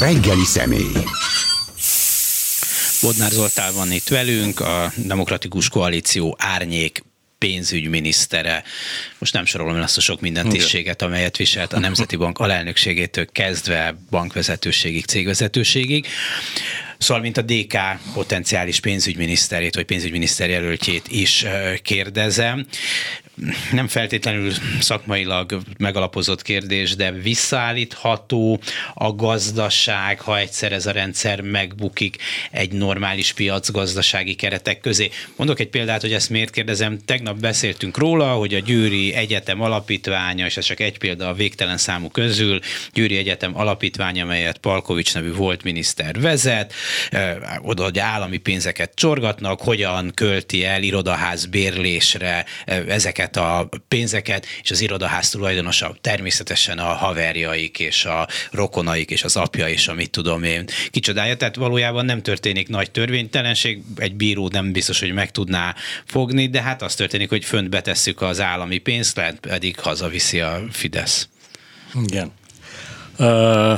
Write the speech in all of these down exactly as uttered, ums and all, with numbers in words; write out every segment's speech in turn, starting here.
Reggeli személy. Bodnár Zoltán van itt velünk, a Demokratikus Koalíció árnyék pénzügyminisztere. Most nem sorolom el azt a sok minden tisztséget, amelyet viselt a Nemzeti Bank alelnökségétől kezdve bankvezetőségig, cégvezetőségig. Szóval, mint a dé ká potenciális pénzügyminiszterét, vagy pénzügyminiszter jelöltjét is kérdezem. Nem feltétlenül szakmailag megalapozott kérdés, de visszaállítható a gazdaság, ha egyszer ez a rendszer megbukik egy normális piacgazdasági keretek közé. Mondok egy példát, hogy ezt miért kérdezem. Tegnap beszéltünk róla, hogy a Győri Egyetem alapítványa, és ez csak egy példa a végtelen számú közül, Győri Egyetem alapítványa, amelyet Palkovics nevű volt miniszter vezet, oda, hogy állami pénzeket csorgatnak, hogyan költi el irodaház bérlésre ezeket a pénzeket, és az irodaház tulajdonosa természetesen a haverjaik, és a rokonaik, és az apja, és a mit tudom én kicsodája. Tehát valójában nem történik nagy törvénytelenség, egy bíró nem biztos, hogy meg tudná fogni, de hát az történik, hogy fönt betesszük az állami pénzt, lehet pedig hazaviszi a Fidesz. Igen. Uh...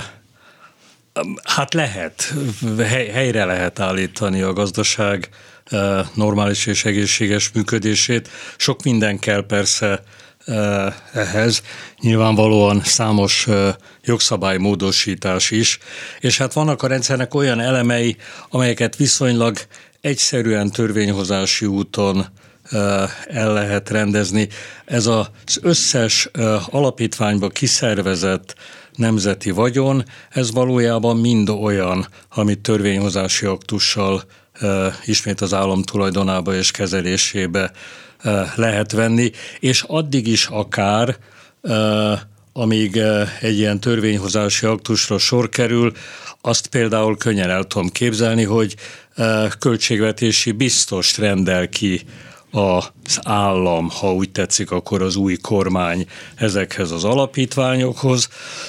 Hát lehet, helyre lehet állítani a gazdaság normális és egészséges működését. Sok minden kell persze ehhez, nyilvánvalóan számos jogszabálymódosítás is, és hát vannak a rendszernek olyan elemei, amelyeket viszonylag egyszerűen törvényhozási úton el lehet rendezni. Ez az összes alapítványba kiszervezett nemzeti vagyon, ez valójában mind olyan, amit törvényhozási aktussal e, ismét az állam tulajdonába és kezelésébe e, lehet venni, és addig is akár, e, amíg e, egy ilyen törvényhozási aktusra sor kerül, azt például könnyen el tudom képzelni, hogy e, költségvetési biztost rendel ki az állam, ha úgy tetszik, akkor az új kormány ezekhez az alapítványokhoz,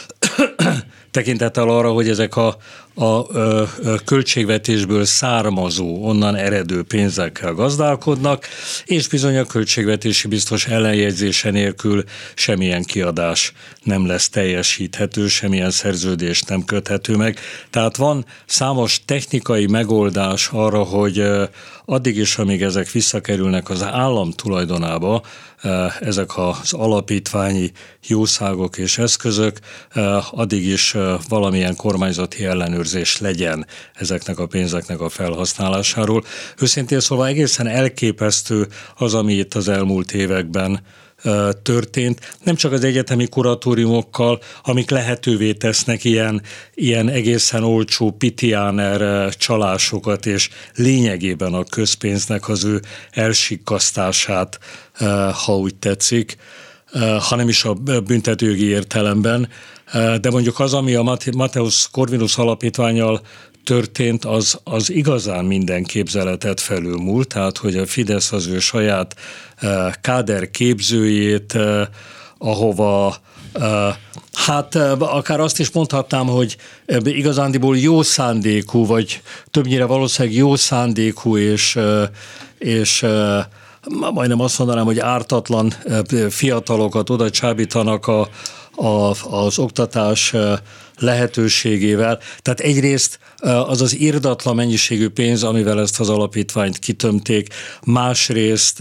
tekintettel arra, hogy ezek a, a, a költségvetésből származó, onnan eredő pénzekkel gazdálkodnak, és bizony a költségvetési biztos ellenjegyzése nélkül semmilyen kiadás nem lesz teljesíthető, semmilyen szerződés nem köthető meg. Tehát van számos technikai megoldás arra, hogy addig is, amíg ezek visszakerülnek az állam tulajdonába, ezek az alapítványi jószágok és eszközök, addig is valamilyen kormányzati ellenőrzés legyen ezeknek a pénzeknek a felhasználásáról. Őszintén szóval egészen elképesztő az, ami itt az elmúlt években történt, nem csak az egyetemi kuratóriumokkal, amik lehetővé tesznek ilyen, ilyen egészen olcsó pitiáner csalásokat, és lényegében a közpénznek az ő elsikkasztását, ha úgy tetszik, hanem is a büntetőjogi értelemben, de mondjuk az, ami a Mateusz Corvinus alapítvánnyal történt, az, az igazán minden képzeletet felülmúlt, tehát hogy a Fidesz az ő saját uh, káder képzőjét, uh, ahova uh, hát uh, akár azt is mondhatnám, hogy uh, igazándiból jó szándékú, vagy többnyire valószínűleg jó szándékú, és, uh, és uh, majdnem azt mondanám, hogy ártatlan uh, fiatalokat oda csábítanak a, a, az oktatás uh, lehetőségével. Tehát egyrészt az az irdatlan mennyiségű pénz, amivel ezt az alapítványt kitömték, másrészt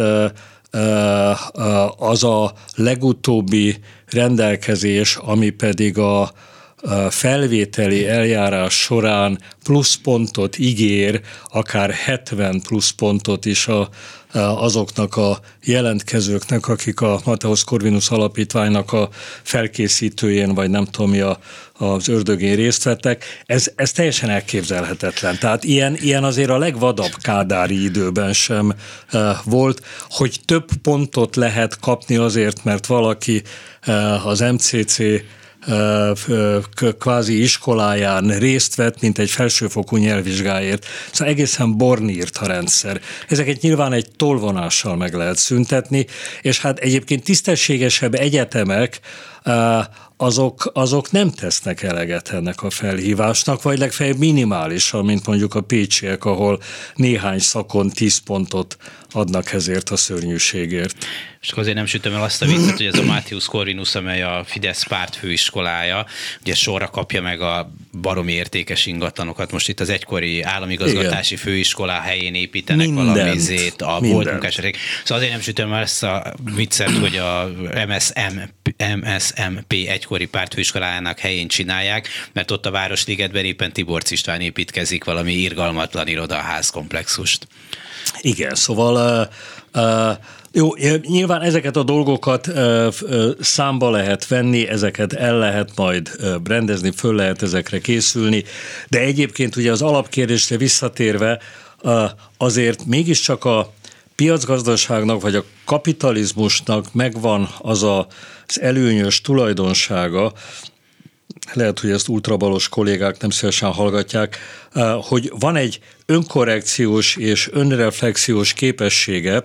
az a legutóbbi rendelkezés, ami pedig a felvételi eljárás során pluszpontot ígér, akár hetven pluszpontot is a, azoknak a jelentkezőknek, akik a Mateusz Corvinus alapítványnak a felkészítőjén, vagy nem tudom mi a, az ördögén részt vettek. Ez, ez teljesen elképzelhetetlen. Tehát ilyen, ilyen azért a legvadabb kádári időben sem uh, volt, hogy több pontot lehet kapni azért, mert valaki uh, az em cé cé kvázi iskoláján részt vett, mint egy felsőfokú nyelvvizsgáért. Szóval egészen bornírt a rendszer. Ezeket nyilván egy tolvonással meg lehet szüntetni, és hát egyébként tisztességesebb egyetemek azok, azok nem tesznek eleget ennek a felhívásnak, vagy legfeljebb minimálisan, mint mondjuk a pécsiek, ahol néhány szakon tíz pontot adnak ezért a szörnyűségért. És akkor azért nem sütöm el azt a viccet, hogy ez a Matthius Corvinus, amely a Fidesz párt főiskolája, ugye sorra kapja meg a baromi értékes ingatlanokat. Most itt az egykori államigazgatási Igen. főiskolá helyén építenek Mindent. valamizét, a volt munkások. Szóval azért nem sütöm el ezt a viccet, hogy a em es em pé egykori pártfőiskolájának helyén csinálják, mert ott a Városligetben éppen Tiborcs István építkezik valami irgalmatlan irodaház komplexust. Igen, szóval uh, uh, jó, nyilván ezeket a dolgokat uh, uh, számba lehet venni, ezeket el lehet majd uh, rendezni, föl lehet ezekre készülni, de egyébként ugye az alapkérdésre visszatérve uh, azért mégiscsak a piacgazdaságnak vagy a kapitalizmusnak megvan az a, az előnyös tulajdonsága, lehet, hogy ezt ultrabalos kollégák nem szívesen hallgatják, hogy van egy önkorrekciós és önreflexiós képessége,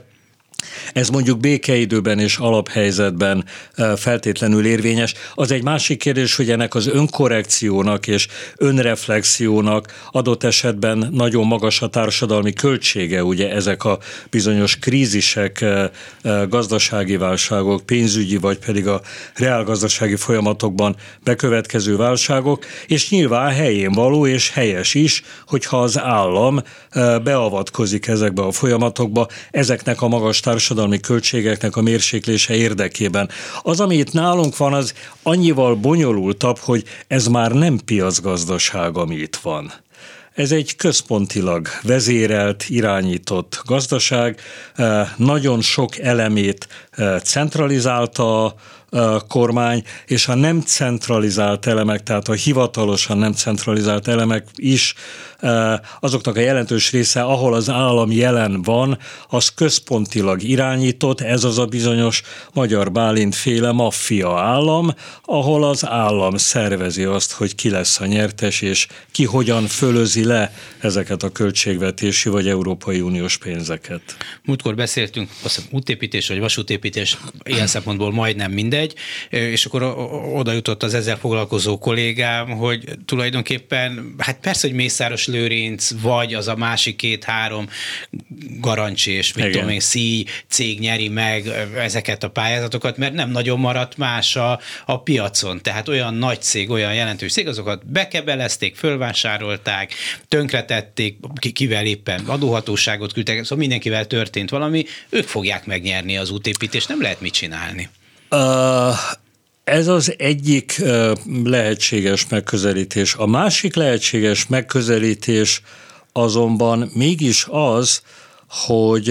ez mondjuk békeidőben és alaphelyzetben feltétlenül érvényes. Az egy másik kérdés, hogy ennek az önkorrekciónak és önreflexiónak adott esetben nagyon magas a társadalmi költsége, ugye ezek a bizonyos krízisek, gazdasági válságok, pénzügyi vagy pedig a reálgazdasági folyamatokban bekövetkező válságok, és nyilván helyén való és helyes is, hogyha az állam beavatkozik ezekbe a folyamatokba, ezeknek a magas társadalmi költségeknek a mérséklése érdekében. Az, ami itt nálunk van, az annyival bonyolultabb, hogy ez már nem piacgazdaság, ami itt van. Ez egy központilag vezérelt, irányított gazdaság, nagyon sok elemét centralizálta a kormány, és a nem centralizált elemek, tehát a hivatalosan nem centralizált elemek is, azoknak a jelentős része, ahol az állam jelen van, az központilag irányított, ez az a bizonyos Magyar Bálint féle maffia állam, ahol az állam szervezi azt, hogy ki lesz a nyertes, és ki hogyan fölözi le ezeket a költségvetési vagy Európai Uniós pénzeket. Múltkor beszéltünk, azt hiszem, útépítés vagy vasútépítés, ilyen szempontból majdnem mindegy, és akkor oda jutott az ezzel foglalkozó kollégám, hogy tulajdonképpen, hát persze, hogy Mészáros Lőrinc, vagy az a másik két-három Garancsi és mit tudom én, Szíj cég nyeri meg ezeket a pályázatokat, mert nem nagyon maradt más a, a piacon. Tehát olyan nagy cég, olyan jelentős cég, azokat bekebelezték, fölvásárolták, tönkretették, kivel éppen adóhatóságot küldtek, szóval mindenkivel történt valami, ők fogják megnyerni az útépítést, nem lehet mit csinálni. Uh... Ez az egyik lehetséges megközelítés. A másik lehetséges megközelítés azonban mégis az, hogy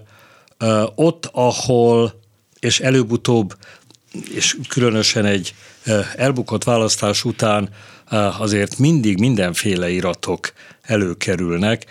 ott, ahol, és előbb-utóbb, és különösen egy elbukott választás után azért mindig mindenféle iratok előkerülnek.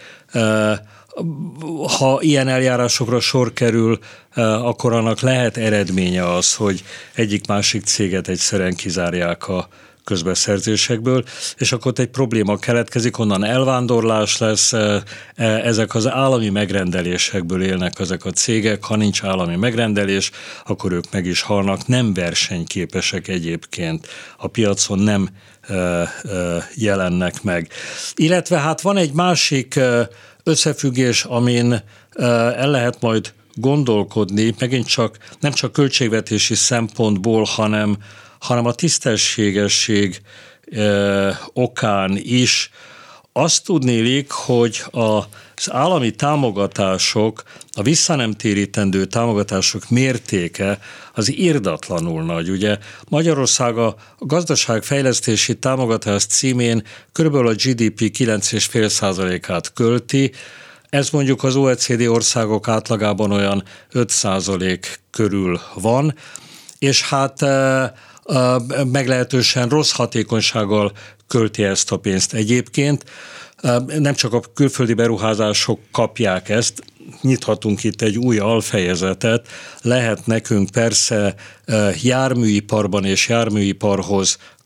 Ha ilyen eljárásokra sor kerül, akkor annak lehet eredménye az, hogy egyik-másik céget egyszerűen kizárják a közbeszerzésekből, és akkor ott egy probléma keletkezik, onnan elvándorlás lesz, ezek az állami megrendelésekből élnek ezek a cégek, ha nincs állami megrendelés, akkor ők meg is halnak, nem versenyképesek egyébként, a piacon nem jelennek meg. Illetve hát van egy másik összefüggés, amin el lehet majd gondolkodni, megint csak nem csak költségvetési szempontból, hanem, hanem a tisztességesség okán is. Azt tudnélik, hogy az állami támogatások, a visszanemtérítendő támogatások mértéke az irdatlanul nagy. Ugye Magyarország a gazdaságfejlesztési támogatás címén körülbelül a gé dé pé kilenc egész öt százalékát költi, ez mondjuk az o e cé dé országok átlagában olyan öt százalék körül van, és hát meglehetősen rossz hatékonysággal költi ezt a pénzt egyébként. Nem csak a külföldi beruházások kapják ezt, nyithatunk itt egy új alfejezetet, lehet nekünk persze járműiparban és járműiparhoz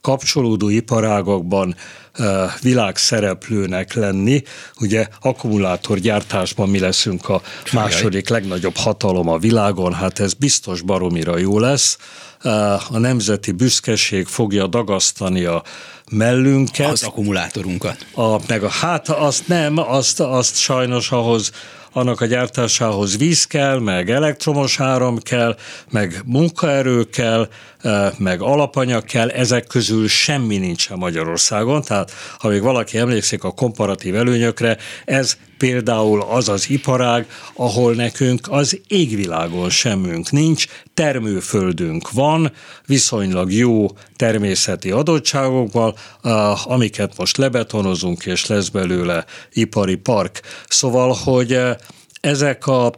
kapcsolódó iparágakban világszereplőnek lenni. Ugye akkumulátorgyártásban mi leszünk a második legnagyobb hatalom a világon, hát ez biztos baromira jó lesz. A nemzeti büszkeség fogja dagasztani a mellünket. Az akkumulátorunkat. A, meg a, hát azt nem, azt, azt sajnos ahhoz annak a gyártásához víz kell, meg elektromos áram kell, meg munkaerő kell, meg alapanyag kell, ezek közül semmi nincsen Magyarországon, tehát ha még valaki emlékszik a komparatív előnyökre, ez például az az iparág, ahol nekünk az égvilágon semmünk nincs, termőföldünk van, viszonylag jó természeti adottságokban, amiket most lebetonozunk, és lesz belőle ipari park. Szóval, hogy ezek a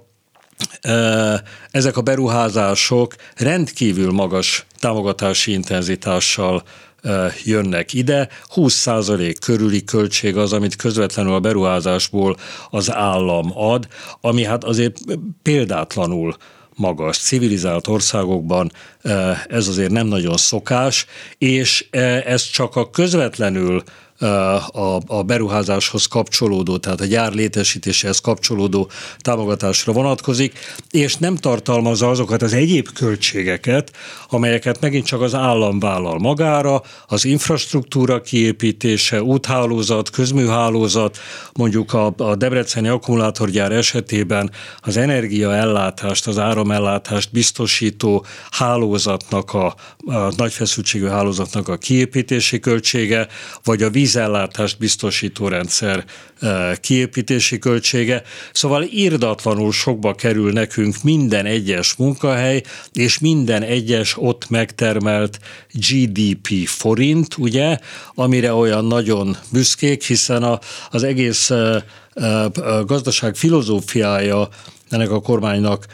ezek a beruházások rendkívül magas támogatási intenzitással jönnek ide. húsz százalék körüli költség az, amit közvetlenül a beruházásból az állam ad, ami hát azért példátlanul magas. Civilizált országokban ez azért nem nagyon szokás, és ez csak a közvetlenül A, a beruházáshoz kapcsolódó, tehát a gyár létesítéséhez kapcsolódó támogatásra vonatkozik, és nem tartalmazza azokat az egyéb költségeket, amelyeket megint csak az állam vállal magára, az infrastruktúra kiépítése, úthálózat, közműhálózat, mondjuk a, a debreceni akkumulátorgyár esetében az energiaellátást, az áramellátást biztosító hálózatnak, a, a nagyfeszültségű hálózatnak a kiépítési költsége, vagy a vízellátást biztosító rendszer kiépítési költsége. Szóval irdatlanul sokba kerül nekünk minden egyes munkahely, és minden egyes ott megtermelt gé dé pé forint, ugye, amire olyan nagyon büszkék, hiszen a, az egész a, a gazdaság filozófiája ennek a kormánynak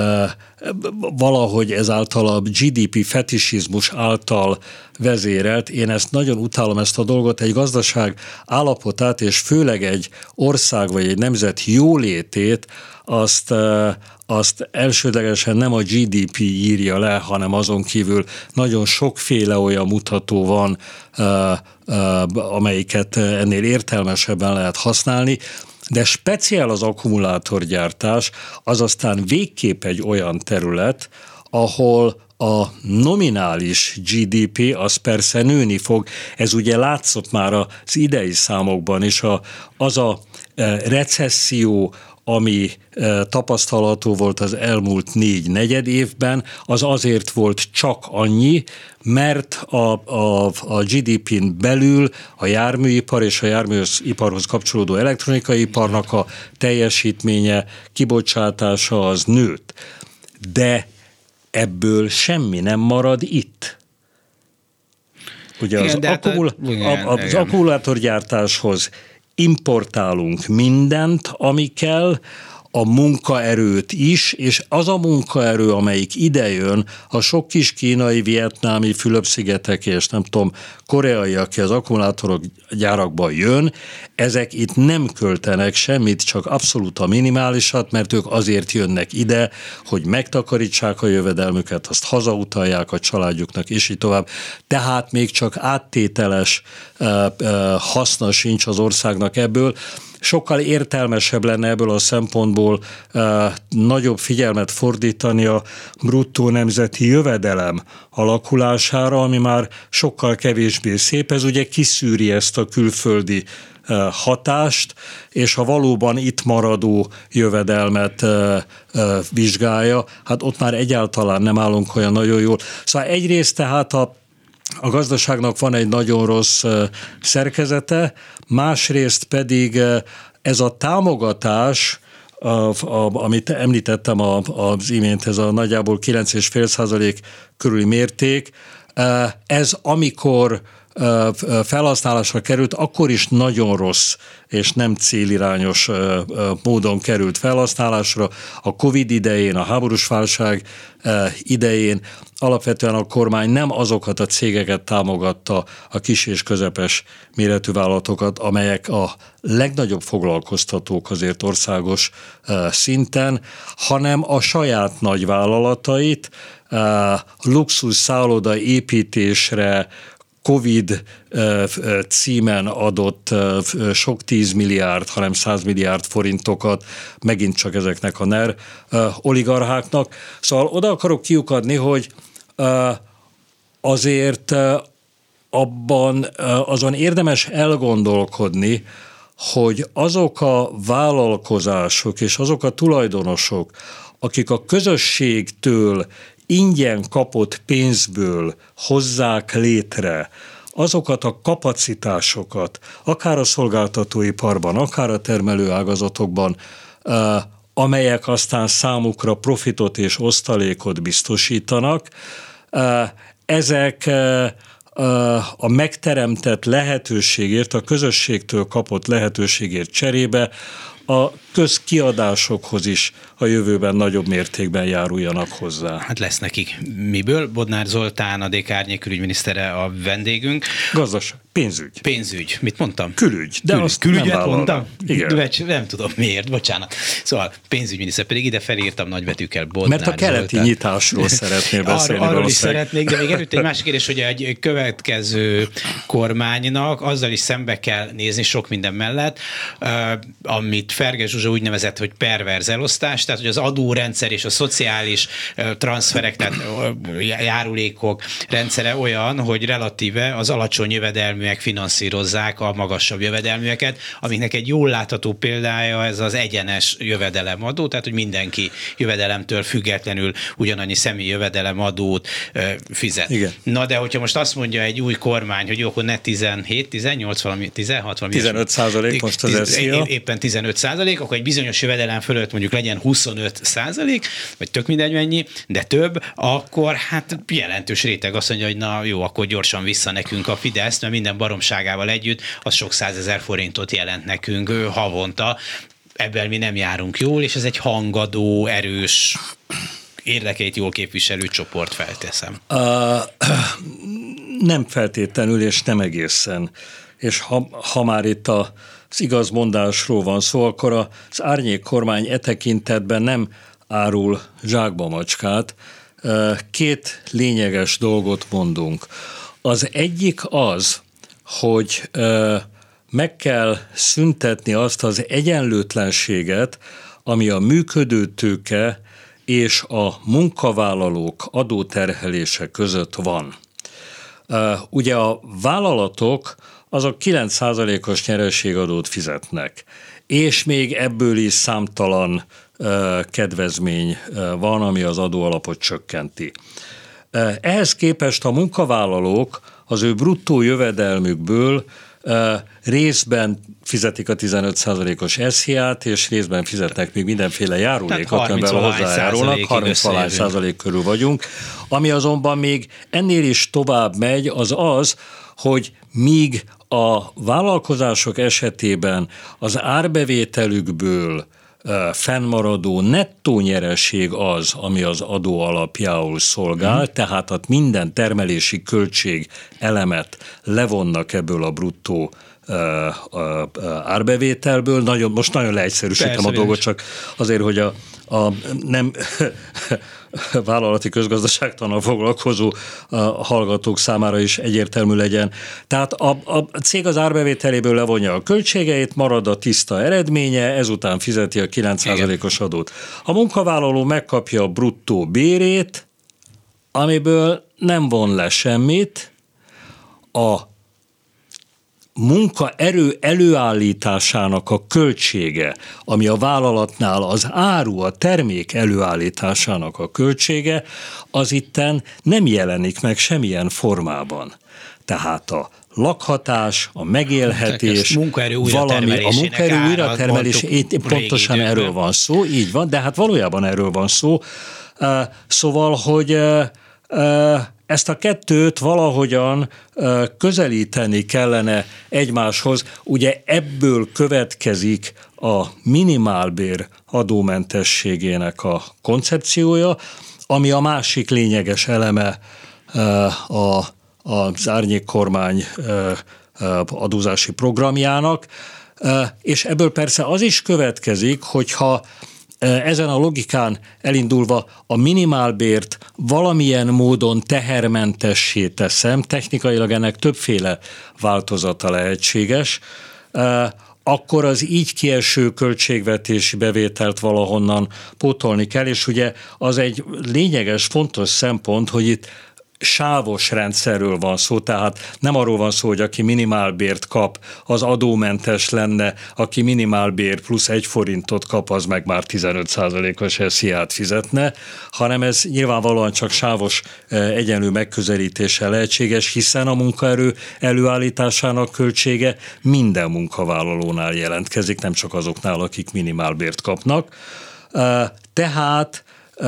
valahogy ezáltal a gé dé pé fetisizmus által vezérelt. Én ezt nagyon utálom, ezt a dolgot, egy gazdaság állapotát, és főleg egy ország vagy egy nemzet jólétét, azt, azt elsődlegesen nem a gé dé pé írja le, hanem azon kívül nagyon sokféle olyan mutató van, amelyiket ennél értelmesebben lehet használni, de speciál az akkumulátorgyártás, az aztán végképp egy olyan terület, ahol a nominális gé dé pé az persze nőni fog. Ez ugye látszott már az idei számokban is, a, az a recesszió, ami tapasztalható volt az elmúlt négy negyed évben, az azért volt csak annyi, mert a, a, a gé dé pén belül a járműipar és a járműiparhoz kapcsolódó elektronikai iparnak a teljesítménye, kibocsátása az nőtt. De ebből semmi nem marad itt. Ugye az, igen, akkumul- hát, igen, az igen. akkumulátorgyártáshoz importálunk mindent, ami kell, a munkaerőt is, és az a munkaerő, amelyik idejön, a sok kis kínai, vietnámi, Fülöp-szigeteki, és nem tudom, koreai, aki az akkumulátorok gyárakban jön, ezek itt nem költenek semmit, csak abszolút a minimálisat, mert ők azért jönnek ide, hogy megtakarítsák a jövedelmüket, azt hazautalják a családjuknak, és így tovább. Tehát még csak áttételes haszna sincs az országnak ebből. Sokkal értelmesebb lenne ebből a szempontból uh, nagyobb figyelmet fordítani a bruttó nemzeti jövedelem alakulására, ami már sokkal kevésbé szép. Ez ugye kiszűri ezt a külföldi uh, hatást, és ha valóban itt maradó jövedelmet uh, uh, vizsgálja, hát ott már egyáltalán nem állunk olyan nagyon jól. Szóval egyrészt tehát a A gazdaságnak van egy nagyon rossz szerkezete, másrészt pedig ez a támogatás, a, a, amit említettem a, az imént, ez a nagyjából kilenc egész öt százalék körüli mérték, ez amikor felhasználásra került, akkor is nagyon rossz és nem célirányos módon került felhasználásra. A Covid idején, a háborús válság idején alapvetően a kormány nem azokat a cégeket támogatta, a kis és közepes méretű vállalatokat, amelyek a legnagyobb foglalkoztatók azért országos szinten, hanem a saját nagyvállalatait, luxus szálloda építésre, Covid címen adott sok tízmilliárd, hanem százmilliárd forintokat megint csak ezeknek a NER oligarcháknak. Szóval oda akarok kiukadni, hogy azért abban azon érdemes elgondolkodni, hogy azok a vállalkozások és azok a tulajdonosok, akik a közösségtől ingyen kapott pénzből hozzák létre azokat a kapacitásokat, akár a szolgáltatóiparban, akár a termelőágazatokban, amelyek aztán számukra profitot és osztalékot biztosítanak, ezek a megteremtett lehetőségért, a közösségtől kapott lehetőségért cserébe a közkiadásokhoz is a jövőben nagyobb mértékben járuljanak hozzá. Hát lesz nekik miből. Bodnár Zoltán, a dé ká árnyék külügyminisztere a vendégünk. Gazdaság, pénzügy. Pénzügy. Mit mondtam? Külügy. De Külügy. azt Külügyet nem mondtam? Igen. De nem tudom miért, bocsánat. Szóval pénzügyminiszter, pedig ide felírtam nagybetűkkel Bodnár Mert a keleti Zoltán. Nyitásról szeretnél beszélni. Arról, arról is szeretnék, de még előtt egy másik kérdés, hogy egy következő kormánynak azzal is szembe kell nézni sok minden mellett, amit Ferges Zsuzsa úgy nevezett, hogy perverz elosztás, tehát hogy az adórendszer és a szociális transferek, tehát járulékok rendszere olyan, hogy relatíve az alacsony jövedelműek finanszírozzák a magasabb jövedelműeket, amiknek egy jól látható példája ez az egyenes jövedelemadó, tehát hogy mindenki jövedelemtől függetlenül ugyanannyi személyi jövedelemadót fizet. Igen. Na de hogyha most azt mondja egy új kormány, hogy jó, akkor ne tizenhét, tizennyolc, valami, tizenhat, valami tizenöt százalék most az es zé á. Éppen tizenöt százalék, akkor egy bizonyos jövedelem fölött mondjuk legyen huszonöt százalék, vagy tök mindegy mennyi, de több, akkor hát jelentős réteg azt mondja, hogy na jó, akkor gyorsan vissza nekünk a Fidesz, mert minden baromságával együtt az sok százezer forintot jelent nekünk havonta. Ebben mi nem járunk jól, és ez egy hangadó, erős, érdekeit jól képviselő csoport, felteszem. Uh, nem feltétlenül, és nem egészen. És ha, ha már itt a az igazmondásról van szó, akkor az árnyék kormány e tekintetben nem árul zsákba macskát. Két lényeges dolgot mondunk. Az egyik az, hogy meg kell szüntetni azt az egyenlőtlenséget, ami a működőtőke és a munkavállalók adóterhelése között van. Ugye a vállalatok azok kilenc százalékos nyereségadót fizetnek, és még ebből is számtalan uh, kedvezmény uh, van, ami az adóalapot csökkenti. Uh, ehhez képest a munkavállalók az ő bruttó jövedelmükből uh, részben fizetik a tizenöt százalékos es zé á-t, és részben fizetnek még mindenféle járulékot, amivel hozzájárulnak, harminc százalék körül vagyunk. Ami azonban még ennél is tovább megy, az az, hogy míg a vállalkozások esetében az árbevételükből fennmaradó nettó nyereség az, ami az adó alapjául szolgál, mm. tehát a minden termelési költség elemet levonnak ebből a bruttó árbevételből. Nagyon, most nagyon leegyszerűsítem Persze, a dolgot, csak azért, hogy a, a nem vállalati közgazdaságtannal foglalkozó a hallgatók számára is egyértelmű legyen. Tehát a, a cég az árbevételéből levonja a költségeit, marad a tiszta eredménye, ezután fizeti a kilenc százalékos adót. A munkavállaló megkapja a bruttó bérét, amiből nem von le semmit, a munkaerő előállításának a költsége, ami a vállalatnál az áru, a termék előállításának a költsége, az itten nem jelenik meg semmilyen formában. Tehát a lakhatás, a megélhetés, munkaerő valami, a munkaerő újratermelés, pontosan erről van szó, így van, de hát valójában erről van szó. Szóval, hogy ezt a kettőt valahogyan közelíteni kellene egymáshoz. Ugye ebből következik a minimálbér adómentességének a koncepciója, ami a másik lényeges eleme a, az árnyékkormány adózási programjának, és ebből persze az is következik, hogyha ezen a logikán elindulva a minimálbért valamilyen módon tehermentessé teszem, technikailag ennek többféle változata lehetséges, akkor az így kieső költségvetési bevételt valahonnan pótolni kell, és ugye az egy lényeges, fontos szempont, hogy itt sávos rendszerről van szó, tehát nem arról van szó, hogy aki minimálbért kap, az adómentes lenne, aki minimálbért plusz egy forintot kap, az meg már tizenöt százalékos es zé á-t fizetne, hanem ez nyilvánvalóan csak sávos egyenlő megközelítéssel lehetséges, hiszen a munkaerő előállításának költsége minden munkavállalónál jelentkezik, nem csak azoknál, akik minimálbért kapnak. Tehát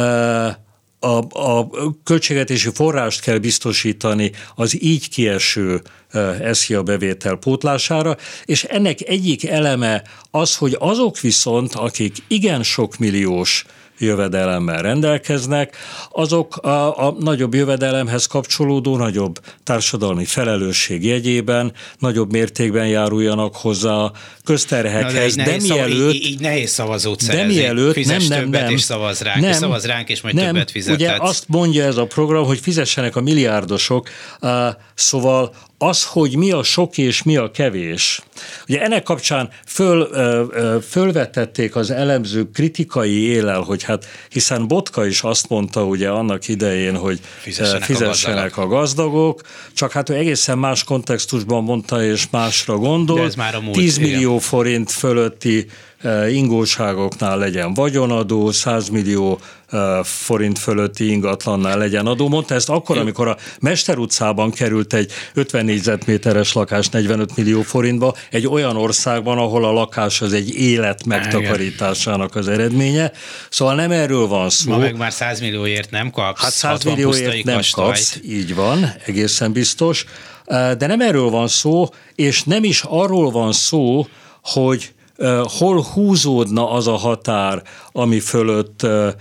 A, a költségvetési forrást kell biztosítani az így kieső es zé á bevétel pótlására, és ennek egyik eleme az, hogy azok viszont, akik igen sok milliós jövedelemmel rendelkeznek, azok a, a nagyobb jövedelemhez kapcsolódó nagyobb társadalmi felelősség jegyében nagyobb mértékben járuljanak hozzá a közterhekhez, de, de mielőtt... Így, így nehéz szavazót szerezni. De mielőtt... Fizess nem, nem, többet nem, és szavaz ránk, nem, szavaz ránk, és majd nem, többet fizethetsz. Ugye azt mondja ez a program, hogy fizessenek a milliárdosok, uh, szóval az, hogy mi a sok és mi a kevés. Ugye ennek kapcsán föl, fölvetették az elemzők kritikai éllel, hogy hát hiszen Botka is azt mondta ugye annak idején, hogy fizessenek, fizessenek a, gazdagok. a gazdagok, csak hát ő egészen más kontextusban mondta és másra gondol. tíz millió forint fölötti ingóságoknál legyen vagyonadó, száz millió forint fölötti ingatlannál legyen adó. Mondta ezt akkor, amikor a Mester utcában került egy ötven négyzetméteres lakás negyvenöt millió forintba, egy olyan országban, ahol a lakás az egy élet megtakarításának az eredménye. Szóval nem erről van szó. Ma meg már száz millióért nem kapsz. Hát száz millióért nem kapsz, így van, egészen biztos. De nem erről van szó, és nem is arról van szó, hogy hol húzódna az a határ, ami fölött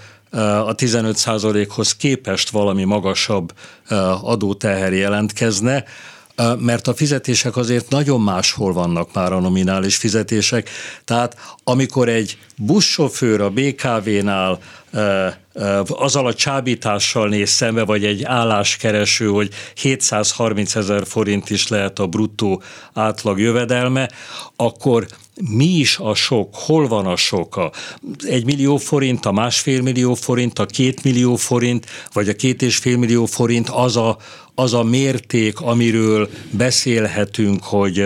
a tizenöt százalékhoz képest valami magasabb adóteher jelentkezne, mert a fizetések azért nagyon máshol vannak már, a nominális fizetések. Tehát amikor egy buszsofőr a bé ká vénál azzal a csábítással néz szembe, vagy egy álláskereső, hogy hétszázharminc ezer forint is lehet a bruttó átlag jövedelme, akkor mi is a sok, hol van a sok? A egy millió forint, a másfél millió forint, a két millió forint, vagy a két és fél millió forint az a, az a mérték, amiről beszélhetünk, hogy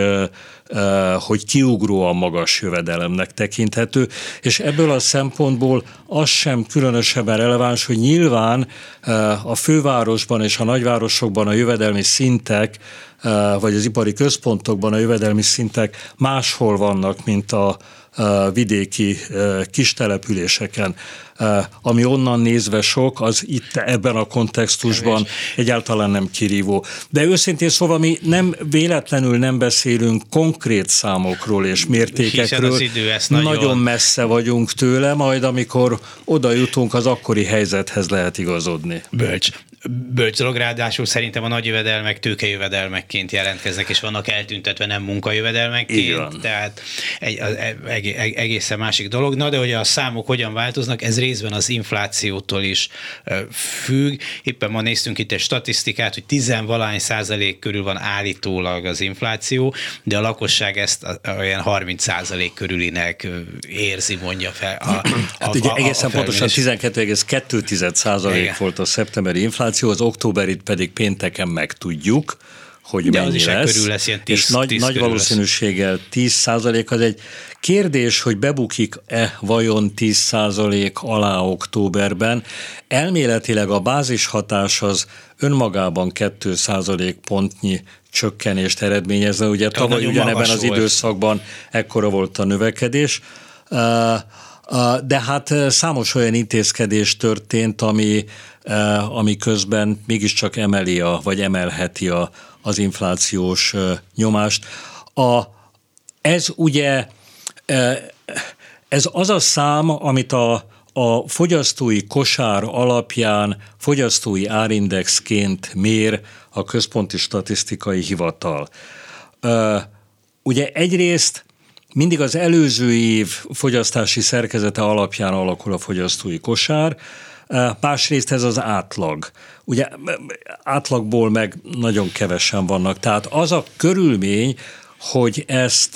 hogy kiugróan magas jövedelemnek tekinthető, és ebből a szempontból az sem különösebben releváns, hogy nyilván a fővárosban és a nagyvárosokban a jövedelmi szintek, vagy az ipari központokban a jövedelmi szintek máshol vannak, mint a vidéki kistelepüléseken. Ami onnan nézve sok, az itt ebben a kontextusban egyáltalán nem kirívó. De őszintén szóval mi nem véletlenül nem beszélünk konkrét számokról és mértékekről. Nagyon... nagyon messze vagyunk tőle, majd amikor oda jutunk, az akkori helyzethez lehet igazodni. Bölcs. Bölcs dolog, ráadásul szerintem a nagy jövedelmek tőkejövedelmekként jelentkeznek, és vannak eltüntetve nem munkajövedelmekként, tehát egy, egy, egy, egészen másik dolog. Na, de hogy a számok hogyan változnak, ez részben az inflációtól is függ. Éppen ma néztünk itt egy statisztikát, hogy tizenvalány százalék körül van állítólag az infláció, de a lakosság ezt olyan harminc százalék körülinek érzi, mondja fel. A, a, hát ugye a, egészen a pontosan tizenkettő egész kettő százalék volt a szeptemberi infláció, az októberit pedig pénteken megtudjuk, hogy de mennyi lesz, körül lesz ilyen tíz, és nagy, nagy valószínűséggel tíz százalék. Az egy kérdés, hogy bebukik-e vajon tíz százalék alá októberben. Elméletileg a bázishatás az önmagában két százalékpontnyi csökkenést eredményezne. Ugye ja, tavaly ugyanebben az volt. Időszakban ekkora volt a növekedés. De hát számos olyan intézkedés történt, ami, ami közben mégiscsak emeli, a, vagy emelheti a, az inflációs nyomást. A, ez ugye, ez az a szám, amit a, a fogyasztói kosár alapján fogyasztói árindexként mér a Központi Statisztikai Hivatal. Ugye egyrészt mindig az előző év fogyasztási szerkezete alapján alakul a fogyasztói kosár, másrészt ez az átlag. Ugye átlagból meg nagyon kevesen vannak. Tehát az a körülmény, hogy ezt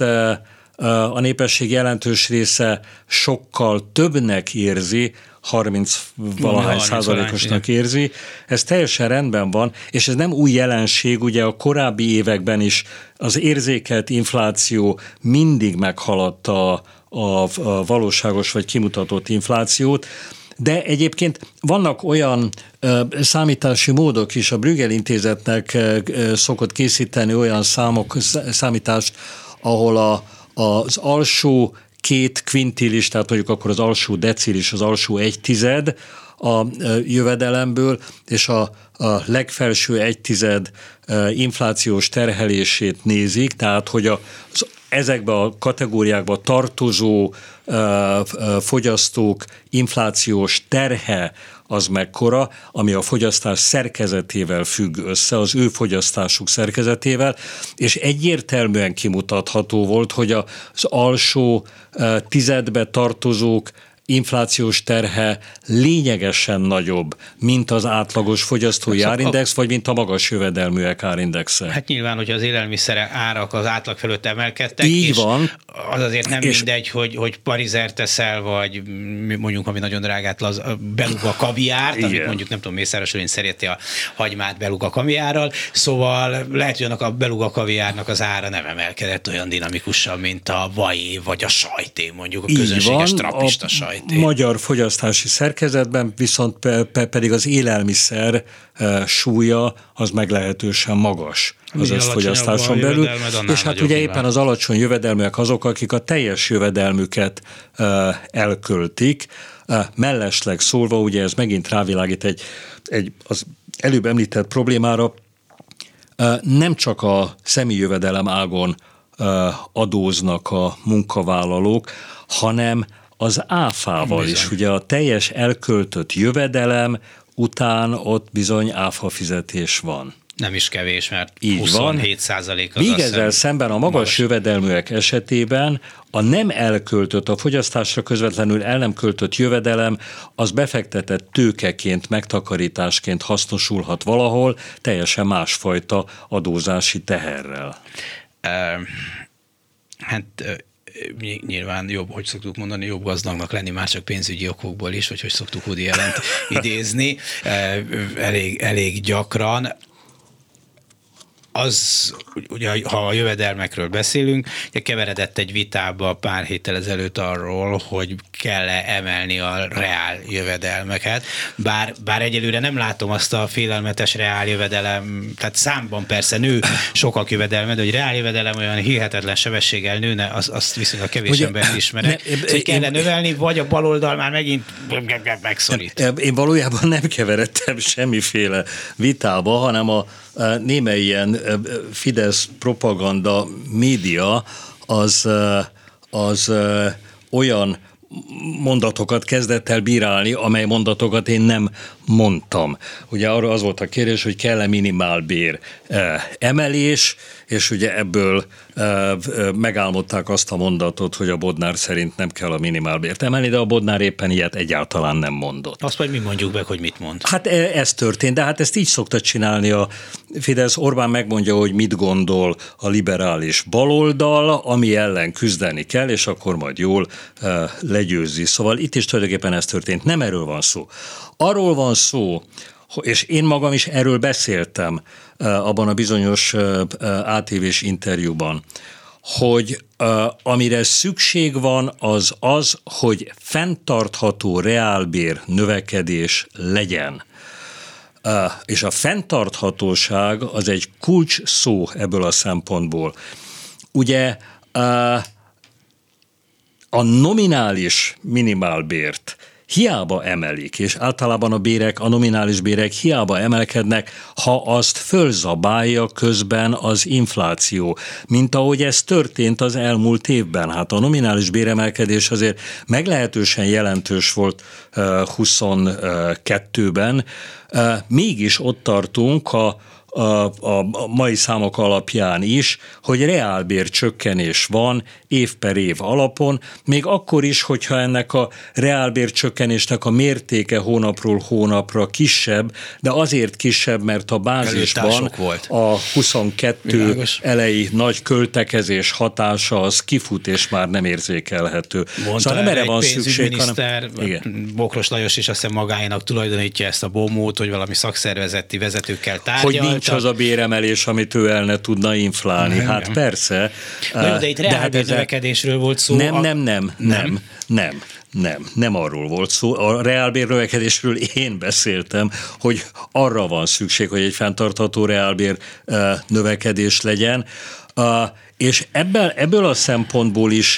a népesség jelentős része sokkal többnek érzi, harminc-valahány százalékosnak érzi, ez teljesen rendben van, és ez nem új jelenség, ugye a korábbi években is az érzékelt infláció mindig meghaladta a, a, a valóságos vagy kimutatott inflációt, de egyébként vannak olyan ö, számítási módok is, a Bruegel Intézetnek ö, szokott készíteni olyan számok, számítást, ahol a, az alsó két kvintilis, tehát mondjuk akkor az alsó decilis, az alsó egy tized a jövedelemből, és a, a legfelső egy tized inflációs terhelését nézik, tehát hogy a, az ezekbe a kategóriákba tartozó ö, ö, fogyasztók inflációs terhe az mekkora, ami a fogyasztás szerkezetével függ össze, az ő fogyasztásuk szerkezetével, és egyértelműen kimutatható volt, hogy az alsó ö, tizedbe tartozók inflációs terhe lényegesen nagyobb, mint az átlagos fogyasztói hát, árindex, a... vagy mint a magas jövedelműek árindexe. Hát nyilván, hogy az élelmiszer árak az átlag fölött emelkedtek, így és van. Az azért nem és... mindegy, hogy, hogy parizert teszel, vagy mondjuk, ami nagyon drágát, az beluga kaviárt, igen. Amit mondjuk nem tudom, Mészáros Lőrinc szereti a hagymát beluga kaviárral, szóval lehet, hogy annak a beluga kaviárnak az ára nem emelkedett olyan dinamikusan, mint a vajé, vagy a sajté, mondjuk a így közönséges van, trappista sajté. Magyar fogyasztási szerkezetben viszont pe, pe, pedig az élelmiszer e, súlya az meglehetősen magas az összfogyasztáson belül, és hát ugye éppen nyilván az alacsony jövedelműek azok, akik a teljes jövedelmüket e, elköltik, e, mellesleg szólva, ugye ez megint rávilágít egy, egy az előbb említett problémára, e, nem csak a személyjövedelem ágon e, adóznak a munkavállalók, hanem az áfával bizony is, ugye a teljes elköltött jövedelem után ott bizony áfa fizetés van. Nem is kevés, mert így huszonhét százalék az. Míg ezzel szemben a magas, magas jövedelműek esetében a nem elköltött, a fogyasztásra közvetlenül el nem költött jövedelem, az befektetett tőkeként, megtakarításként hasznosulhat valahol, teljesen másfajta adózási teherrel. Uh, hát... Uh, nyilván jobb, hogy szoktuk mondani, jobb gazdagnak lenni már csak pénzügyi okokból is, vagy hogy szoktuk Woody Allent idézni, elég, elég gyakran. Az, ugye, ha a jövedelmekről beszélünk, ugye keveredett egy vitába pár héttel ezelőtt arról, hogy kell-e emelni a reál jövedelmeket, bár, bár egyelőre nem látom azt a félelmetes reál jövedelem, tehát számban persze nő sokak jövedelme, de hogy reál jövedelem olyan hihetetlen sebességgel nőne, az, azt viszonylag kevés ugye, ember ismerek. Ne, szóval kell növelni, vagy a baloldal már megint megszorít. Én valójában nem keveredtem semmiféle vitába, hanem a némely ilyen Fidesz propaganda média az, az olyan mondatokat kezdett el bírálni, amely mondatokat én nem mondtam. Ugye arra az volt a kérdés, hogy kell-e minimálbér emelés, és ugye ebből megálmodták azt a mondatot, hogy a Bodnár szerint nem kell a minimálbért emelni, de a Bodnár éppen ilyet egyáltalán nem mondott. Azt majd mi mondjuk meg, hogy mit mond. Hát ez történt, de hát ezt így szokta csinálni a Fidesz. Orbán megmondja, hogy mit gondol a liberális baloldal, ami ellen küzdeni kell, és akkor majd jól legyőzi. Szóval itt is tulajdonképpen ez történt. Nem erről van szó. Arról van szó, és én magam is erről beszéltem abban a bizonyos á té vés interjúban, hogy amire szükség van, az az, hogy fenntartható reálbér növekedés legyen. És a fenntarthatóság az egy kulcs szó ebből a szempontból. Ugye a nominális minimálbért hiába emelik, és általában a bérek, a nominális bérek hiába emelkednek, ha azt fölzabálja közben az infláció, mint ahogy ez történt az elmúlt évben. Hát a nominális béremelkedés azért meglehetősen jelentős volt huszonkettőben, mégis ott tartunk a a, a, a mai számok alapján is, hogy reálbér csökkenés van év per év alapon, még akkor is, hogyha ennek a reálbér csökkenésnek a mértéke hónapról hónapra kisebb, de azért kisebb, mert a bázisban a huszonkettő Világos. Elejé nagy költekezés hatása az kifut, és már nem érzékelhető. Mondta szóval nem erre van szükség, hanem... Igen. Bokros Lajos is azt hiszem magáénak tulajdonítja ezt a bombót, hogy valami szakszervezeti vezetőkkel tárgyaltak. Hogy nincs az a béremelés, amit ő el ne tudna inflálni. Nem, hát nem. Persze. Na jó, de itt reálbér növekedésről volt szó. Nem, nem, nem, nem, nem. Nem, nem arról volt szó. A reálbér növekedésről én beszéltem, hogy arra van szükség, hogy egy fenntartható reálbér növekedés legyen, és ebből, ebből a szempontból is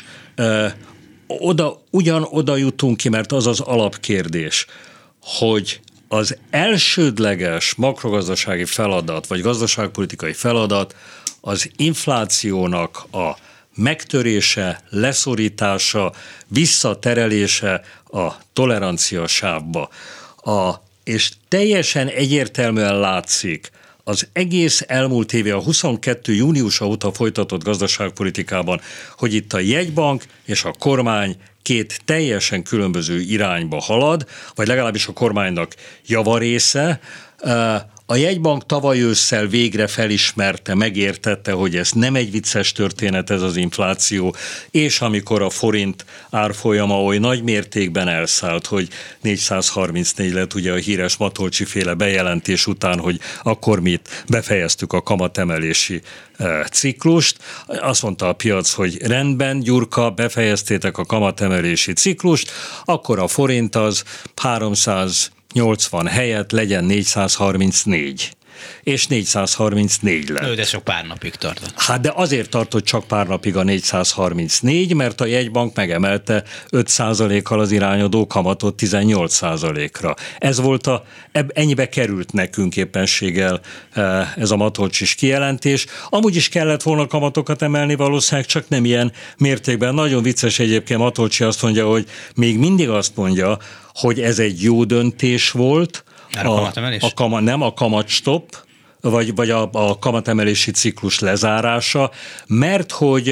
oda, ugyan oda jutunk ki, mert az az alapkérdés, hogy az elsődleges makrogazdasági feladat, vagy gazdaságpolitikai feladat az inflációnak a megtörése, leszorítása, visszaterelése a tolerancia sávba. A, és teljesen egyértelműen látszik az egész elmúlt éve a huszonkettő júniusa óta folytatott gazdaságpolitikában, hogy itt a jegybank és a kormány két teljesen különböző irányba halad, vagy legalábbis a kormánynak javarésze. A jegybank tavaly ősszel végre felismerte, megértette, hogy ez nem egy vicces történet, ez az infláció, és amikor a forint árfolyama oly nagy mértékben elszállt, hogy négyszázharmincnégy lett ugye a híres Matolcsi féle bejelentés után, hogy akkor mi befejeztük a kamatemelési ciklust. Azt mondta a piac, hogy rendben, Gyurka, befejeztétek a kamatemelési ciklust, akkor a forint az háromszáznyolcvan helyett legyen négyszázharmincnégy. És négyszázharmincnégy lett. Ő, de csak pár napig tartott. Hát de azért tartott csak pár napig a négyszázharmincnégy, mert a jegybank megemelte öt százalékkal az irányadó kamatot tizennyolc százalékra. Ez volt a, ennyibe került nekünk éppenséggel ez a Matolcsis kijelentés. Amúgy is kellett volna kamatokat emelni valószínűleg, csak nem ilyen mértékben. Nagyon vicces egyébként, Matolcsi azt mondja, hogy még mindig azt mondja, hogy ez egy jó döntés volt, A, a, a kama, nem a kamatstop, vagy, vagy a, a kamatemelési ciklus lezárása, mert hogy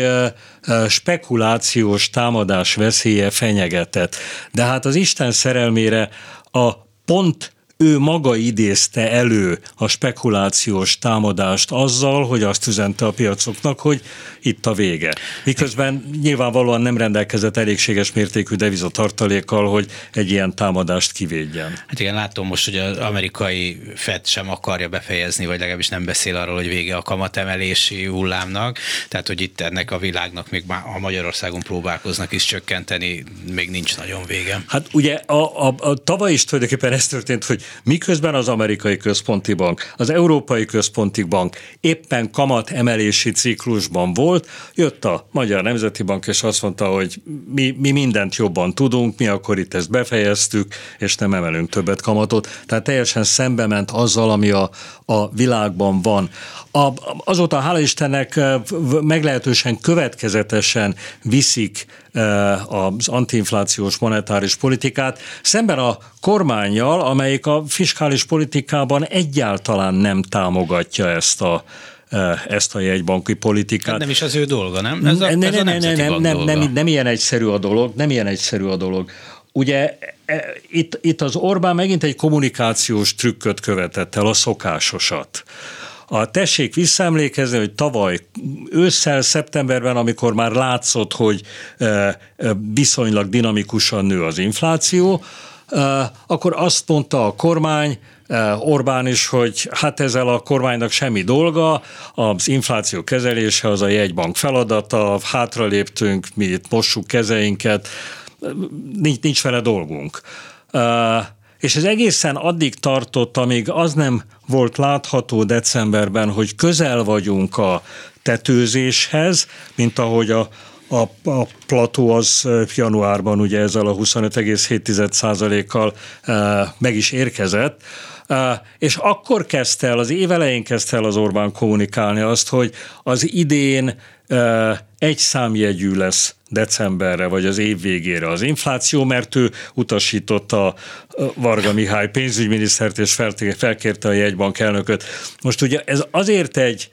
spekulációs támadás veszélye fenyegetett. De hát az Isten szerelmére a pont ő maga idézte elő a spekulációs támadást azzal, hogy azt üzente a piacoknak, hogy itt a vége. Miközben nyilvánvalóan nem rendelkezett elégséges mértékű devizatartalékkal, hogy egy ilyen támadást kivédjen. Hát igen, látom most, hogy az amerikai Fed sem akarja befejezni, vagy legalábbis nem beszél arról, hogy vége a kamatemelési hullámnak, tehát hogy itt ennek a világnak még a Magyarországon próbálkoznak is csökkenteni, még nincs nagyon vége. Hát ugye a, a, a tavaly is tulajdonképpen ez történt, hogy miközben az amerikai központi bank, az európai központi bank éppen kamat emelési ciklusban volt, jött a Magyar Nemzeti Bank, és azt mondta, hogy mi, mi mindent jobban tudunk, mi akkor itt ezt befejeztük, és nem emelünk többet kamatot. Tehát teljesen szembe ment azzal, ami a, a világban van. A, azóta, hála Istennek, meglehetősen következetesen viszik az antiinflációs monetáris politikát, szemben a kormánnyal, amelyik a fiskális politikában egyáltalán nem támogatja ezt a ezt a jegybanki politikát. Hát nem is az ő dolga, nem? Ez a, ne, ez a ne, ne, nem, nem, nem, nem ilyen egyszerű a dolog, nem ilyen egyszerű a dolog. Ugye itt, itt az Orbán megint egy kommunikációs trükköt követett el, a szokásosat. A tessék visszaemlékezni, hogy tavaly ősszel, szeptemberben, amikor már látszott, hogy viszonylag dinamikusan nő az infláció, akkor azt mondta a kormány, Orbán is, hogy hát ezzel a kormánynak semmi dolga, az infláció kezelése az a jegybank feladata, hátraléptünk, mi itt mossuk kezeinket, nincs, nincs vele dolgunk. És ez egészen addig tartott, amíg az nem volt látható decemberben, hogy közel vagyunk a tetőzéshez, mint ahogy a A, a plató az januárban ugye ezzel a huszonöt egész hét százalékkal e, meg is érkezett. És akkor kezdte el, az év elején kezdte el az Orbán kommunikálni azt, hogy az idén egy számjegyű lesz decemberre, vagy az év végére az infláció, mert ő utasította Varga Mihály pénzügyminisztert, és felkérte a jegybank elnököt. Most ugye ez azért egy,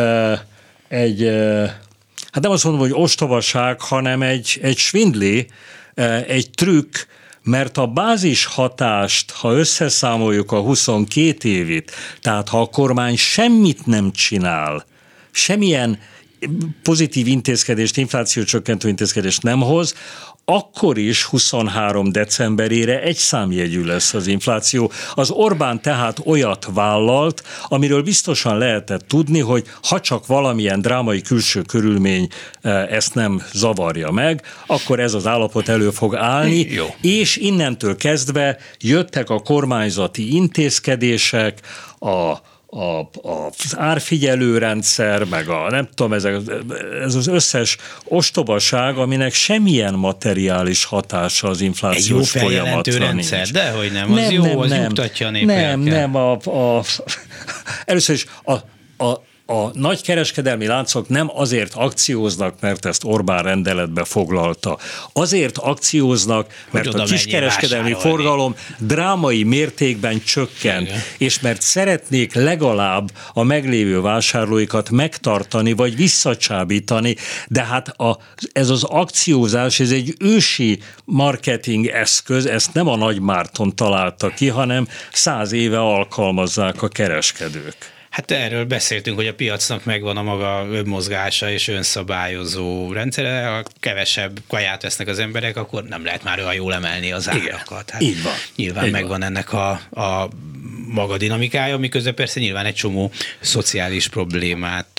egy hát nem azt mondom, hogy ostobaság, hanem egy, egy svindli, egy trükk, mert a bázis hatást, ha összeszámoljuk a huszonkét évit, tehát ha a kormány semmit nem csinál, semmilyen pozitív intézkedést, inflációcsökkentő intézkedést nem hoz, akkor is huszonhárom decemberére egy számjegyű lesz az infláció. Az Orbán tehát olyat vállalt, amiről biztosan lehetett tudni, hogy ha csak valamilyen drámai külső körülmény ezt nem zavarja meg, akkor ez az állapot elő fog állni, Jó. és innentől kezdve jöttek a kormányzati intézkedések, a A, a, az árfigyelőrendszer, meg a nem tudom, ez, ez az összes ostobaság, aminek semmilyen materiális hatása az inflációs folyamatra rendszer, nincs. Dehogy nem, az nem, jó, nem, az nem, nyugtatja a népeket. Nem, nem, a, a, először is a, a A nagy kereskedelmi láncok nem azért akcióznak, mert ezt Orbán rendeletbe foglalta. Azért akcióznak, mert a kiskereskedelmi forgalom drámai mértékben csökkent, Igen. és mert szeretnék legalább a meglévő vásárlóikat megtartani, vagy visszacsábítani, de hát a, ez az akciózás, ez egy ősi marketing eszköz, ezt nem a Nagy Márton találta ki, hanem száz éve alkalmazzák a kereskedők. Hát erről beszéltünk, hogy a piacnak megvan a maga önmozgása és önszabályozó rendszere, ha kevesebb kaját vesznek az emberek, akkor nem lehet már olyan jól emelni az árakat. Hát így van. Nyilván így megvan van. ennek a, a maga dinamikája, miközben persze nyilván egy csomó szociális problémát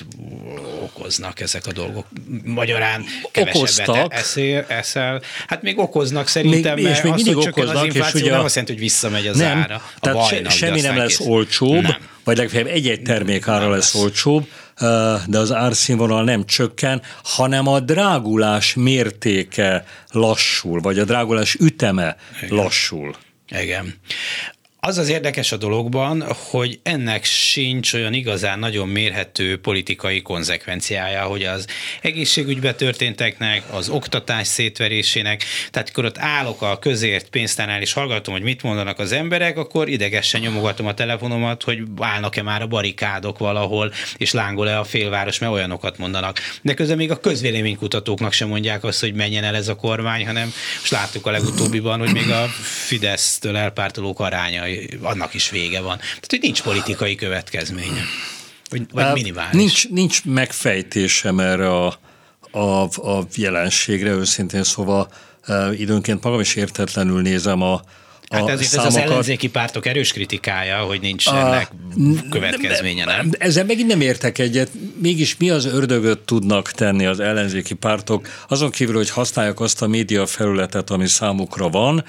okoznak ezek a dolgok. Magyarán kevesebbet eszel, eszel. Hát még okoznak szerintem, még, mert az, hogy csökken az infláció, nem azt jelenti, hogy visszamegy az nem, ára. A tehát bajnak, semmi nem lesz kész. olcsóbb, nem. vagy legfeljebb egy-egy termék ára lesz, lesz olcsóbb, de az árszínvonal nem csökken, hanem a drágulás mértéke lassul, vagy a drágulás üteme Igen. lassul. Igen. Az az érdekes a dologban, hogy ennek sincs olyan igazán nagyon mérhető politikai konzekvenciája, hogy az egészségügyben történteknek, az oktatás szétverésének, tehát amikor ott állok a közért pénztárnál és hallgatom, hogy mit mondanak az emberek, akkor idegesen nyomogatom a telefonomat, hogy állnak-e már a barikádok valahol, és lángol-e a félváros, mert olyanokat mondanak. De közben még a közvéleménykutatóknak sem mondják azt, hogy menjen el ez a kormány, hanem most láttuk a legutóbbiban, hogy még a Fidesztől elpártolók aránya annak is vége van. Tehát, hogy nincs politikai következménye. Vagy, vagy minimális. Nincs, nincs megfejtésem erre a, a, a jelenségre, őszintén szóval időnként magam is értetlenül nézem a Hát ezért számokat. Ez az ellenzéki pártok erős kritikája, hogy nincs ennek a, következménye, nem? Ezzel megint nem értek egyet. Mégis mi az ördögöt tudnak tenni az ellenzéki pártok, azon kívül, hogy használják azt a média felületet, ami számukra van,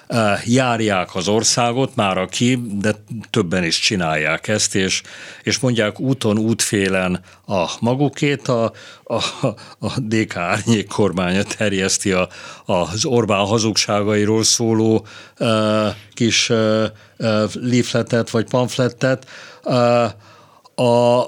járják az országot, már aki, de többen is csinálják ezt, és, és mondják úton, útfélen a magukét, a, a, a dé ká árnyék kormánya terjeszti a, az Orbán hazugságairól szóló uh, kis uh, uh, leafletet vagy pamflettet, uh, a,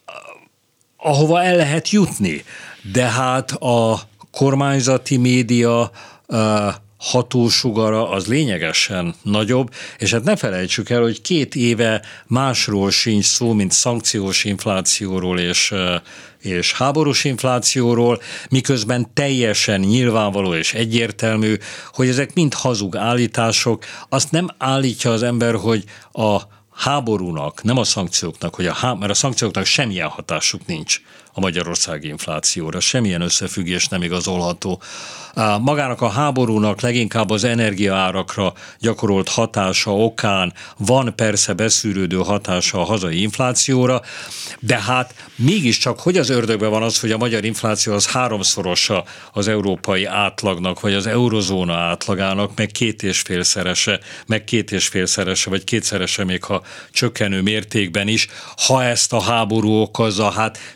ahova el lehet jutni. De hát a kormányzati média uh, hatósugara az lényegesen nagyobb, és hát ne felejtsük el, hogy két éve másról sincs szó, mint szankciós inflációról és, és háborús inflációról, miközben teljesen nyilvánvaló és egyértelmű, hogy ezek mind hazug állítások. Azt nem állítja az ember, hogy a háborúnak, nem a szankcióknak, hogy a há- mert a szankcióknak semmilyen hatásuk nincs a magyarországi inflációra, semmilyen összefüggés nem igazolható. Magának a háborúnak leginkább az energiaárakra gyakorolt hatása okán van persze beszűrődő hatása a hazai inflációra, de hát mégiscsak hogy az ördögben van az, hogy a magyar infláció az háromszorosa az európai átlagnak, vagy az eurozóna átlagának, meg két és félszerese, meg két és félszerese, vagy kétszerese még ha csökkenő mértékben is, ha ezt a háború okozza, hát senki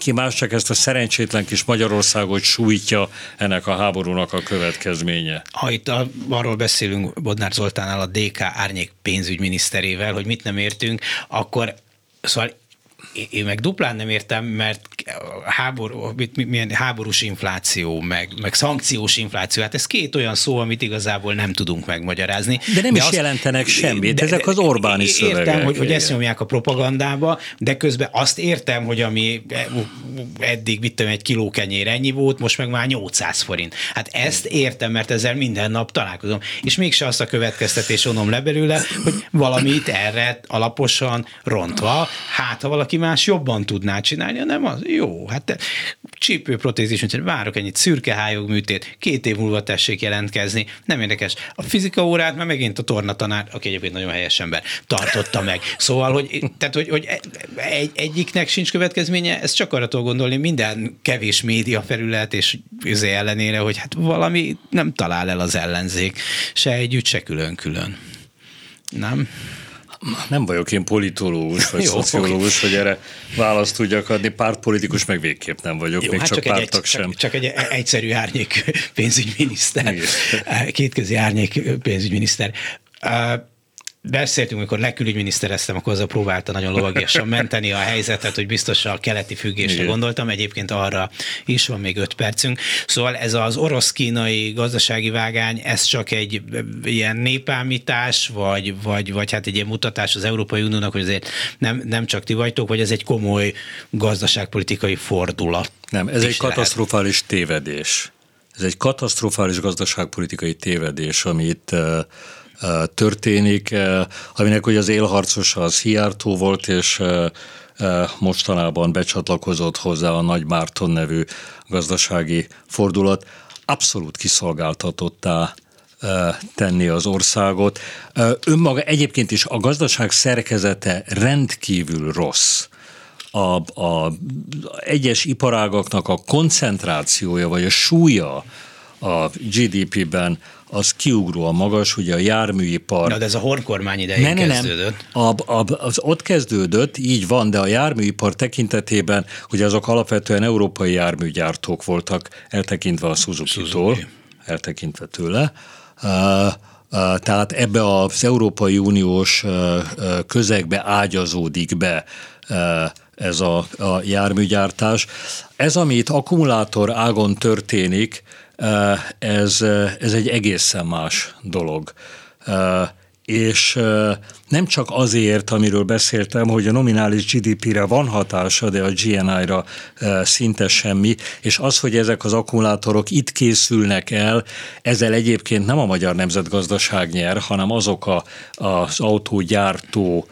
senki más, csak ezt a szerencsétlen kis Magyarországot sújtja ennek a háborúnak a következménye. Ha itt a, arról beszélünk Bodnár Zoltánnal, a dé ká árnyék pénzügyminiszterével, hogy mit nem értünk, akkor szóval én meg duplán nem értem, mert háború, milyen háborús infláció, meg, meg szankciós infláció, hát ez két olyan szó, amit igazából nem tudunk megmagyarázni. De nem de is azt, jelentenek semmit, de, ezek az Orbáni értem, szövegek. Értem, hogy, hogy ezt nyomják a propagandába, de közben azt értem, hogy ami eddig, mit tudom, egy kiló kenyér ennyi volt, most meg már nyolcszáz forint. Hát ezt értem, mert ezzel minden nap találkozom. És mégse azt a következtetés vonom le belőle, hogy valamit erre alaposan rontva, hát ha valaki más jobban tudná csinálni, nem az jó, hát csípőprotézis, hogy várok ennyit, szürkehályog műtét, két év múlva tessék jelentkezni, nem érdekes. A fizika órát már megint a tornatanár, aki egyébként nagyon helyes ember, tartotta meg. Szóval, hogy, tehát, hogy, hogy egy, egyiknek sincs következménye, ezt csak arra tudok gondolni, minden kevés média felület és üzé ellenére, hogy hát valami nem talál el az ellenzék, se együtt, se külön-külön. Nem? Nem vagyok én politológus, vagy Jó, szociológus, okay. hogy erre választ tudjak adni. Pártpolitikus meg végképp nem vagyok, Jó, még hát csak, csak pártag egy, sem. Csak, csak egy egyszerű árnyék pénzügyminiszter. Kétközi árnyék pénzügyminiszter. Beszéltünk, amikor lekülügyminisztereztem, akkor azzal próbálta nagyon lovagiasan menteni a helyzetet, hogy biztos a keleti függésre Igen. gondoltam, egyébként arra is van még öt percünk. Szóval ez az orosz-kínai gazdasági vágány, ez csak egy ilyen népámítás, vagy, vagy, vagy hát egy ilyen mutatás az Európai Uniónak, hogy azért nem, nem csak ti vagytok, vagy ez egy komoly gazdaságpolitikai fordulat. Nem, ez egy katasztrofális lehet. tévedés. Ez egy katasztrofális gazdaságpolitikai tévedés, amit történik, aminek ugye az élharcosa az Szijjártó volt, és mostanában becsatlakozott hozzá a Nagy Márton nevű gazdasági fordulat. Abszolút kiszolgáltatottá tenni az országot. Önmaga egyébként is a gazdaság szerkezete rendkívül rossz. A, a egyes iparágaknak a koncentrációja vagy a súlya a gé dé pében az kiugróan magas, ugye a járműipar. Na, de ez a Horn kormány idején ne, ne, kezdődött. Nem. A, a, az ott kezdődött, így van, de a járműipar tekintetében, ugye azok alapvetően európai járműgyártók voltak, eltekintve a Suzuki-tól, Suzuki. eltekintve tőle. Uh, uh, tehát ebbe az Európai Uniós uh, közegbe ágyazódik be uh, ez a, a járműgyártás. Ez, ami itt akkumulátor ágon történik, Ez, ez egy egészen más dolog. És nem csak azért, amiről beszéltem, hogy a nominális gé dé pére van hatása, de a gé en í-ra szinte semmi, és az, hogy ezek az akkumulátorok itt készülnek el, ezzel egyébként nem a magyar nemzetgazdaság nyer, hanem azok a, az autógyártó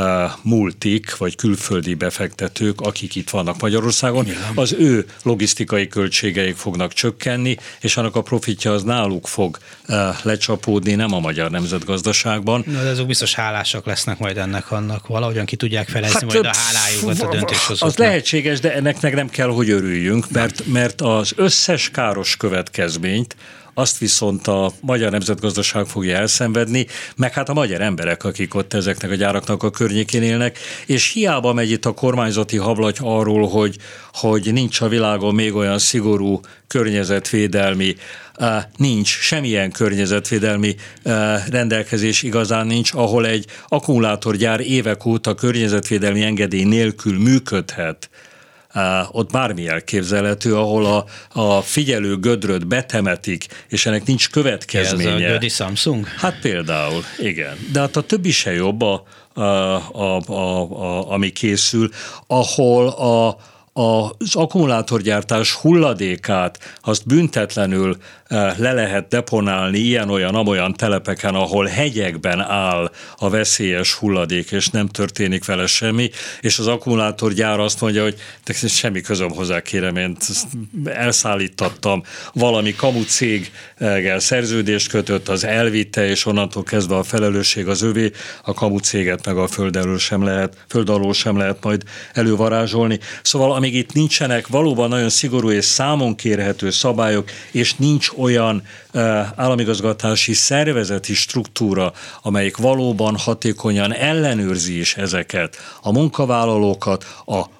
multik, vagy külföldi befektetők, akik itt vannak Magyarországon, az ő logisztikai költségeik fognak csökkenni, és annak a profitja az náluk fog lecsapódni, nem a magyar nemzetgazdaságban. Na, de azok biztos hálásak lesznek majd ennek annak, valahogyan ki tudják felezni hát, majd a hálájukat a döntéshozóknak. Az lehetséges, de ennek meg nem kell, hogy örüljünk, mert, mert az összes káros következményt azt viszont a magyar nemzetgazdaság fogja elszenvedni, meg hát a magyar emberek, akik ott ezeknek a gyáraknak a környékén élnek, és hiába megy itt a kormányzati hablaty arról, hogy, hogy nincs a világon még olyan szigorú környezetvédelmi, nincs semmilyen környezetvédelmi rendelkezés igazán nincs, ahol egy akkumulátorgyár évek óta környezetvédelmi engedély nélkül működhet. Uh, ott bármi elképzelhető, ahol a, a figyelő gödröt betemetik, és ennek nincs következménye. Ez a gödi Samsung? Hát például, igen. De hát a többi se jobb, a, a, a, a, a, ami készül, ahol a az akkumulátorgyártás hulladékát, azt büntetlenül le lehet deponálni ilyen-olyan-amolyan telepeken, ahol hegyekben áll a veszélyes hulladék, és nem történik vele semmi, és az akkumulátorgyár azt mondja, hogy semmi közöm hozzá, kérem, én elszállítattam, valami kamu céggel szerződést kötött, az elvitte, és onnantól kezdve a felelősség az övé, a kamu céget meg a föld alól sem lehet, föld alól sem lehet majd elővarázsolni. Szóval amíg itt nincsenek valóban nagyon szigorú és számon kérhető szabályok, és nincs olyan uh, államigazgatási szervezeti struktúra, amelyik valóban hatékonyan ellenőrzi is ezeket, a munkavállalókat, a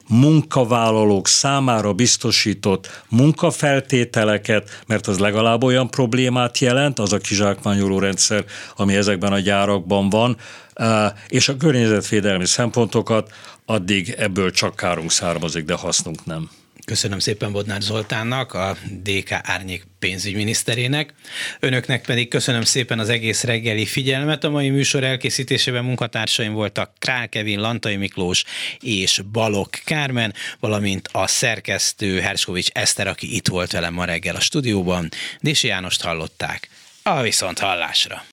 munkavállalók számára biztosított munkafeltételeket, mert az legalább olyan problémát jelent, az a kizsákmányoló rendszer, ami ezekben a gyárakban van, és a környezetvédelmi szempontokat, addig ebből csak kárunk származik, de hasznunk nem. Köszönöm szépen Bodnár Zoltánnak, a dé ká Árnyék pénzügyminiszterének. Önöknek pedig köszönöm szépen az egész reggeli figyelmet. A mai műsor elkészítésében munkatársaim voltak Král Kevin, Lantai Miklós és Balogh Kármen, valamint a szerkesztő Herskovics Eszter, aki itt volt velem ma reggel a stúdióban. Dési Jánost hallották. A viszonthallásra!